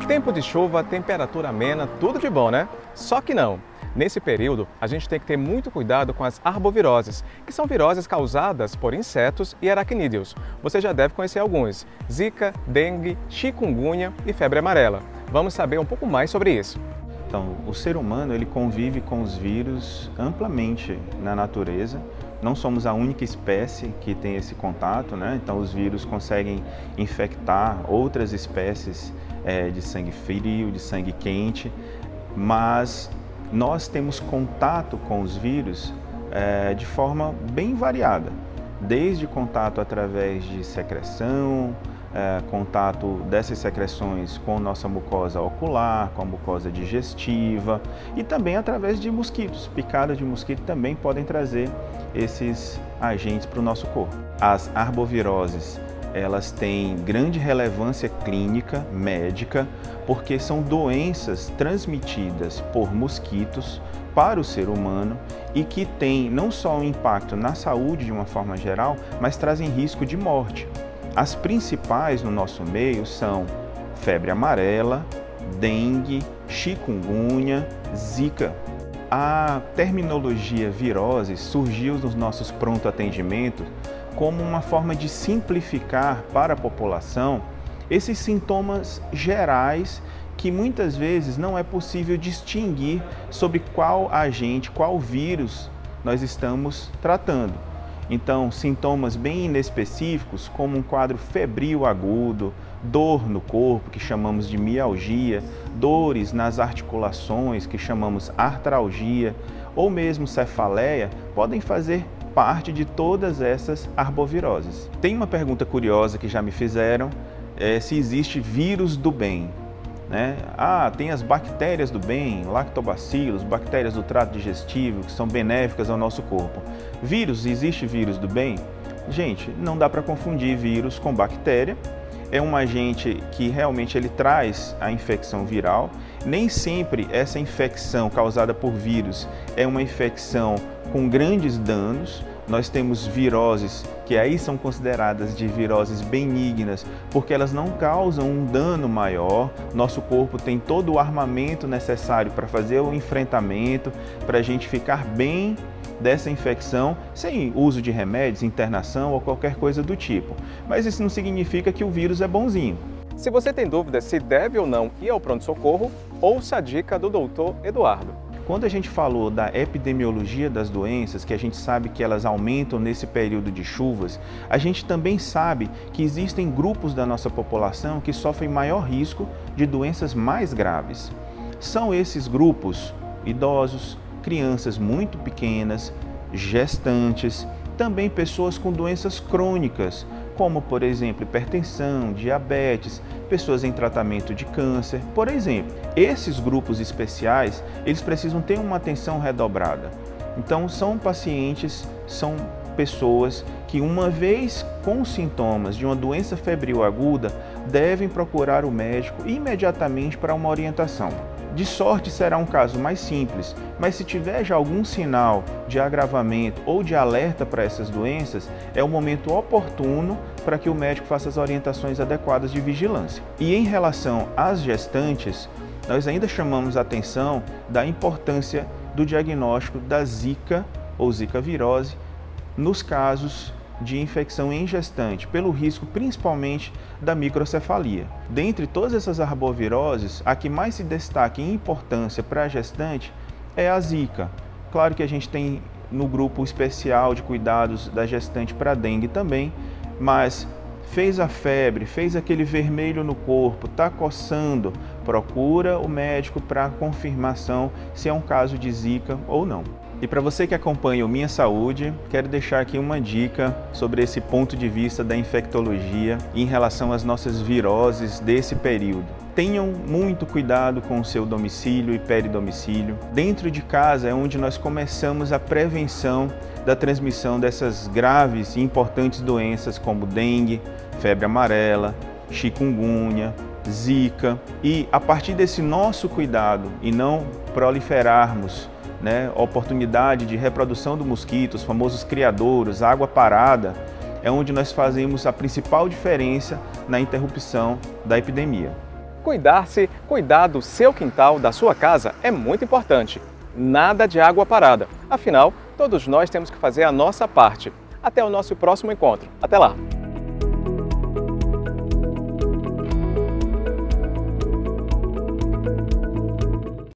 Tempo de chuva, temperatura amena, tudo de bom, né? Só que não. Nesse período, a gente tem que ter muito cuidado com as arboviroses, que são viroses causadas por insetos e aracnídeos. Você já deve conhecer alguns: zika, dengue, chikungunya e febre amarela. Vamos saber um pouco mais sobre isso. Então, o ser humano ele convive com os vírus amplamente na natureza. Não somos a única espécie que tem esse contato, né? Então, os vírus conseguem infectar outras espécies de sangue frio, de sangue quente, mas nós temos contato com os vírus de forma bem variada, desde contato através de secreção, contato dessas secreções com nossa mucosa ocular, com a mucosa digestiva e também através de mosquitos. Picadas de mosquito também podem trazer esses agentes para o nosso corpo. As arboviroses, elas têm grande relevância clínica, médica, porque são doenças transmitidas por mosquitos para o ser humano e que têm não só um impacto na saúde de uma forma geral, mas trazem risco de morte. As principais no nosso meio são febre amarela, dengue, chikungunya, zika. A terminologia virose surgiu nos nossos pronto atendimentos como uma forma de simplificar para a população esses sintomas gerais que muitas vezes não é possível distinguir sobre qual agente, qual vírus nós estamos tratando. Então, sintomas bem inespecíficos, como um quadro febril agudo, dor no corpo, que chamamos de mialgia, dores nas articulações, que chamamos artralgia, ou mesmo cefaleia, podem fazer parte de todas essas arboviroses. Tem uma pergunta curiosa que já me fizeram, se existe vírus do bem. Né? Tem as bactérias do bem, lactobacilos, bactérias do trato digestivo, que são benéficas ao nosso corpo. Vírus, existe vírus do bem? Gente, não dá para confundir vírus com bactéria. É um agente que realmente ele traz a infecção viral. Nem sempre essa infecção causada por vírus é uma infecção com grandes danos. Nós temos viroses que aí são consideradas de viroses benignas, porque elas não causam um dano maior. Nosso corpo tem todo o armamento necessário para fazer o enfrentamento, para a gente ficar bem dessa infecção, sem uso de remédios, internação ou qualquer coisa do tipo. Mas isso não significa que o vírus é bonzinho. Se você tem dúvida se deve ou não ir ao pronto-socorro, ouça a dica do Dr. Eduardo. Quando a gente falou da epidemiologia das doenças, que a gente sabe que elas aumentam nesse período de chuvas, a gente também sabe que existem grupos da nossa população que sofrem maior risco de doenças mais graves. São esses grupos idosos, crianças muito pequenas, gestantes, também pessoas com doenças crônicas, como, por exemplo, hipertensão, diabetes, pessoas em tratamento de câncer, por exemplo. Esses grupos especiais, eles precisam ter uma atenção redobrada. Então, são pacientes, são pessoas que, uma vez com sintomas de uma doença febril aguda, devem procurar o médico imediatamente para uma orientação. De sorte será um caso mais simples, mas se tiver já algum sinal de agravamento ou de alerta para essas doenças, é o momento oportuno para que o médico faça as orientações adequadas de vigilância. E em relação às gestantes, nós ainda chamamos a atenção da importância do diagnóstico da zika ou zika virose nos casos de infecção em gestante, pelo risco principalmente da microcefalia. Dentre todas essas arboviroses, a que mais se destaca em importância para a gestante é a zika. Claro que a gente tem no grupo especial de cuidados da gestante para a dengue também, mas fez a febre, fez aquele vermelho no corpo, está coçando, procura o médico para confirmação se é um caso de zika ou não. E para você que acompanha o Minha Saúde, quero deixar aqui uma dica sobre esse ponto de vista da infectologia em relação às nossas viroses desse período. Tenham muito cuidado com o seu domicílio e peridomicílio. Dentro de casa é onde nós começamos a prevenção da transmissão dessas graves e importantes doenças como dengue, febre amarela, chikungunya, zika. E a partir desse nosso cuidado e não proliferarmos oportunidade de reprodução do mosquito, os famosos criadouros, água parada, é onde nós fazemos a principal diferença na interrupção da epidemia. Cuidar-se, cuidar do seu quintal, da sua casa, é muito importante. Nada de água parada. Afinal, todos nós temos que fazer a nossa parte. Até o nosso próximo encontro. Até lá!